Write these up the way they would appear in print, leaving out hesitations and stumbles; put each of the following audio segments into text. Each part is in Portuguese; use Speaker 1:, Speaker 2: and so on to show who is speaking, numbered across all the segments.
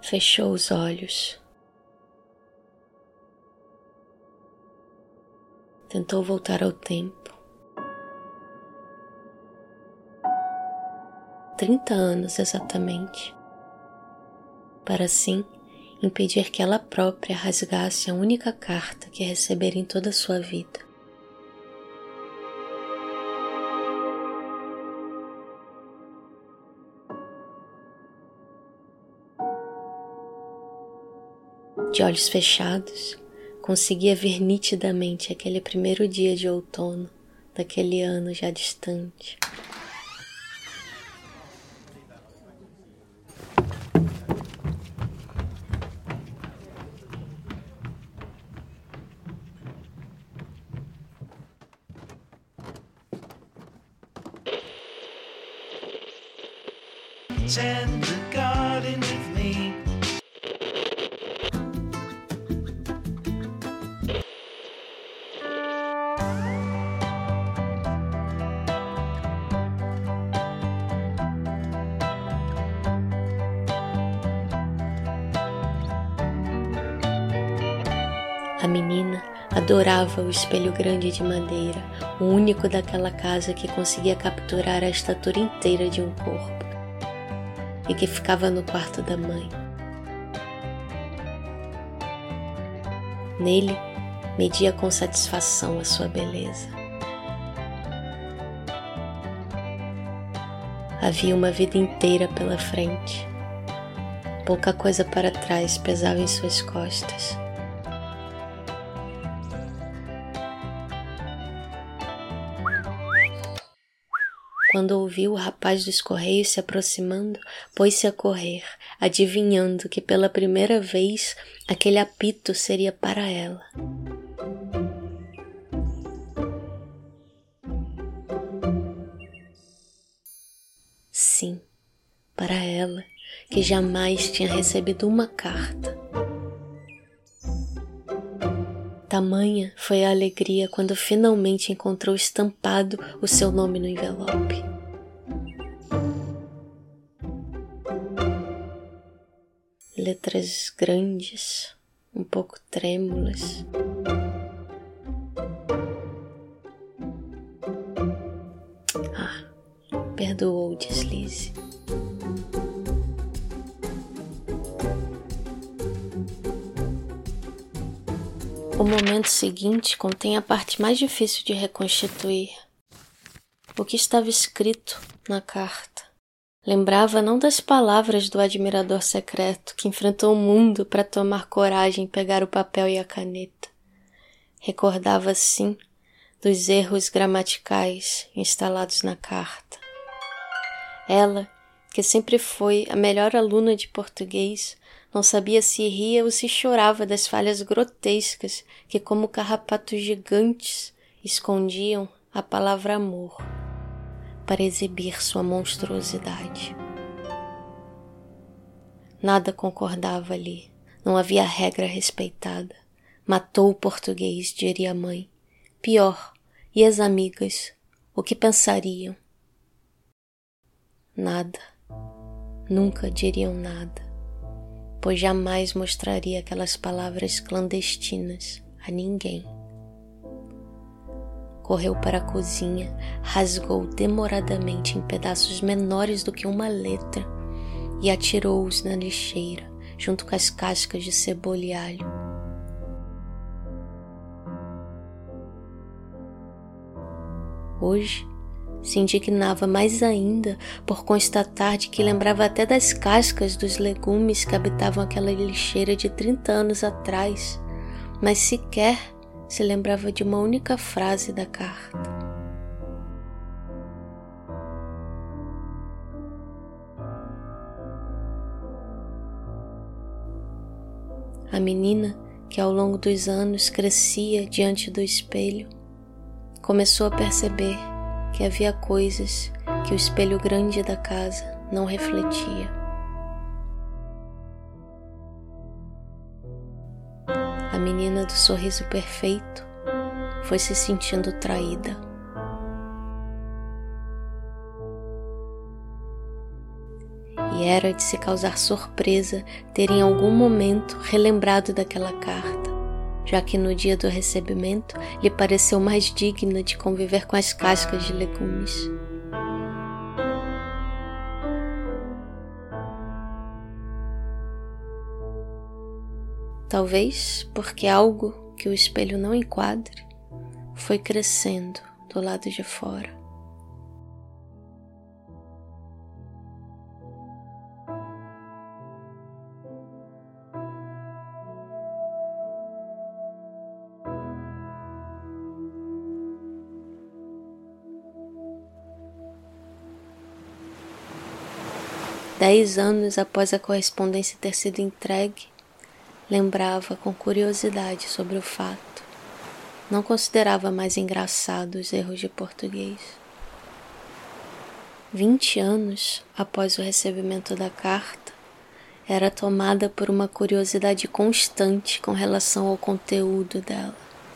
Speaker 1: Fechou os olhos. Tentou voltar ao tempo. 30 anos exatamente. Para assim impedir que ela própria rasgasse a única carta que recebera em toda a sua vida. De olhos fechados, conseguia ver nitidamente aquele primeiro dia de outono daquele ano já distante.
Speaker 2: And the garden with me.
Speaker 1: A menina adorava o espelho grande de madeira, o único daquela casa que conseguia capturar a estatura inteira de um corpo, e que ficava no quarto da mãe. Nele, media com satisfação a sua beleza. Havia uma vida inteira pela frente. Pouca coisa para trás pesava em suas costas. Quando ouviu o rapaz dos correios se aproximando, pôs-se a correr, adivinhando que pela primeira vez aquele apito seria para ela. Sim, para ela, que jamais tinha recebido uma carta. Tamanha foi a alegria quando finalmente encontrou estampado o seu nome no envelope. Letras grandes, um pouco trêmulas. Perdoou o deslize. O momento seguinte contém a parte mais difícil de reconstituir. O que estava escrito na carta. Lembrava não das palavras do admirador secreto que enfrentou o mundo para tomar coragem e pegar o papel e a caneta. Recordava, sim, dos erros gramaticais instalados na carta. Ela, que sempre foi a melhor aluna de português, não sabia se ria ou se chorava das falhas grotescas que, como carrapatos gigantes, escondiam a palavra amor, para exibir sua monstruosidade. Nada concordava ali, não havia regra respeitada. Matou o português, diria a mãe. Pior, e as amigas, o que pensariam? Nada, nunca diriam nada, pois jamais mostraria aquelas palavras clandestinas a ninguém. Correu para a cozinha, rasgou demoradamente em pedaços menores do que uma letra e atirou-os na lixeira, junto com as cascas de cebola e alho. Hoje, se indignava mais ainda por constatar de que lembrava até das cascas dos legumes que habitavam aquela lixeira de 30 anos atrás, mas sequer se lembrava de uma única frase da carta. A menina, que ao longo dos anos crescia diante do espelho, começou a perceber que havia coisas que o espelho grande da casa não refletia. A menina do sorriso perfeito foi se sentindo traída. E e era de se causar surpresa ter em algum momento relembrado daquela carta, já que no dia do recebimento lhe pareceu mais digna de conviver com as cascas de legumes. Talvez porque algo que o espelho não enquadre foi crescendo do lado de fora. Dez anos após a correspondência ter sido entregue, lembrava com curiosidade sobre o fato. Não considerava mais engraçado os erros de português. 20 anos após o recebimento da carta, era tomada por uma curiosidade constante com relação ao conteúdo dela.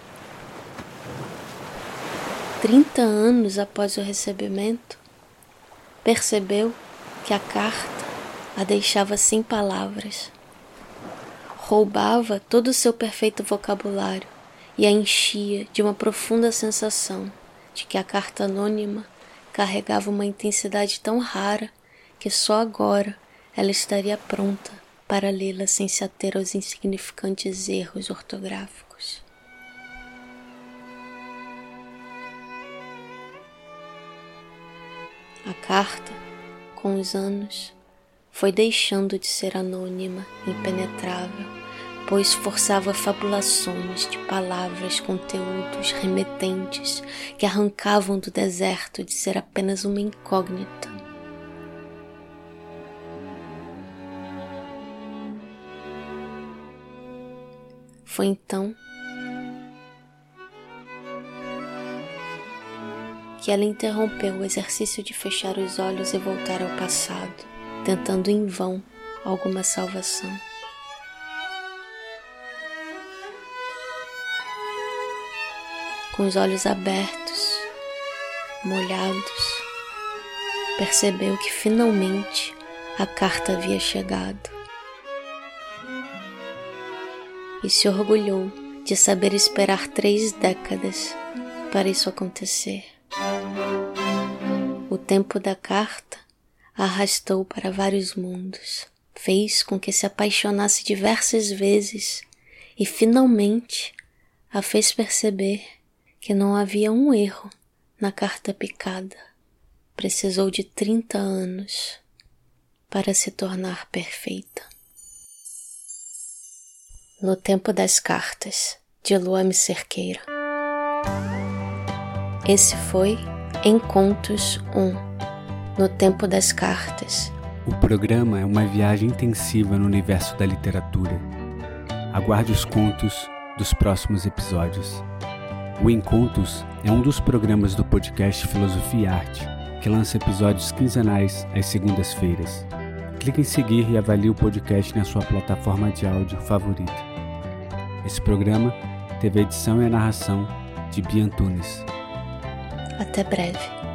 Speaker 1: 30 anos após o recebimento, percebeu que a carta a deixava sem palavras. Roubava todo o seu perfeito vocabulário e a enchia de uma profunda sensação de que a carta anônima carregava uma intensidade tão rara que só agora ela estaria pronta para lê-la sem se ater aos insignificantes erros ortográficos. A carta, com os anos, foi deixando de ser anônima, impenetrável, pois forçava fabulações de palavras, conteúdos remetentes que arrancavam do deserto de ser apenas uma incógnita. Foi então que ela interrompeu o exercício de fechar os olhos e voltar ao passado, tentando em vão alguma salvação. Com os olhos abertos, molhados, percebeu que finalmente a carta havia chegado e se orgulhou de saber esperar 3 décadas para isso acontecer. O tempo da carta a arrastou para vários mundos, fez com que se apaixonasse diversas vezes e finalmente a fez perceber que não havia um erro na carta picada. Precisou de 30 anos para se tornar perfeita. No Tempo das Cartas, de Luame Cerqueira. Esse foi Encontos 1. No Tempo das Cartas.
Speaker 3: O programa é uma viagem intensiva no universo da literatura. Aguarde os contos dos próximos episódios. O Encontos é um dos programas do podcast Filosofia e Arte, que lança episódios quinzenais às segundas-feiras. Clique em seguir e avalie o podcast na sua plataforma de áudio favorita. Esse programa teve a edição e a narração de Bia Antunes.
Speaker 1: Até breve.